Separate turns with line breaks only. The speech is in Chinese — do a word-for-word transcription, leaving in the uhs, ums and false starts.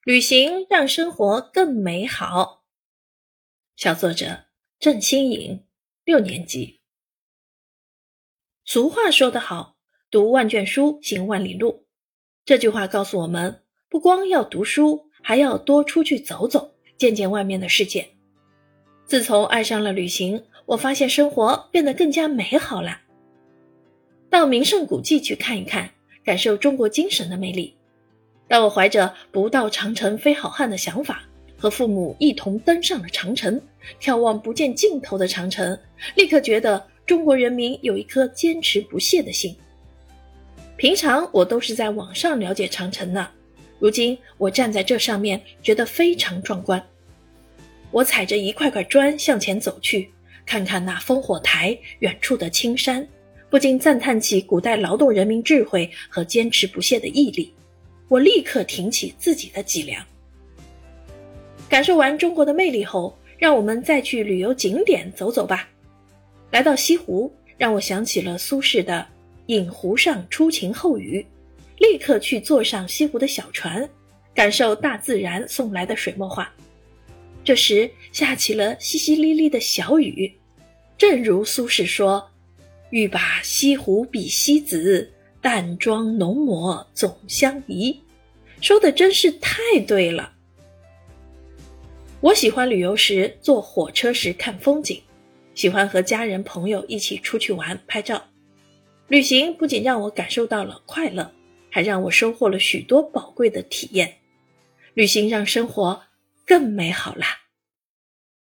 旅行让生活更美好。小作者郑欣颖，六年级。俗话说得好，读万卷书，行万里路。这句话告诉我们，不光要读书，还要多出去走走，见见外面的世界。自从爱上了旅行，我发现生活变得更加美好了。到名胜古迹去看一看，感受中国精神的魅力。当我怀着不到长城非好汉的想法，和父母一同登上了长城，眺望不见尽头的长城，立刻觉得中国人民有一颗坚持不懈的心。平常我都是在网上了解长城呢，如今我站在这上面，觉得非常壮观。我踩着一块块砖向前走去，看看那烽火台，远处的青山，不禁赞叹起古代劳动人民智慧和坚持不懈的毅力。我立刻挺起自己的脊梁。感受完中国的魅力后，让我们再去旅游景点走走吧。来到西湖，让我想起了苏轼的饮湖上初晴后雨，立刻去坐上西湖的小船，感受大自然送来的水墨画。这时下起了淅淅沥沥的小雨，正如苏轼说，欲把西湖比西子，淡妆浓抹总相宜，说的真是太对了。我喜欢旅游时坐火车时看风景，喜欢和家人朋友一起出去玩拍照。旅行不仅让我感受到了快乐，还让我收获了许多宝贵的体验。旅行让生活更美好啦。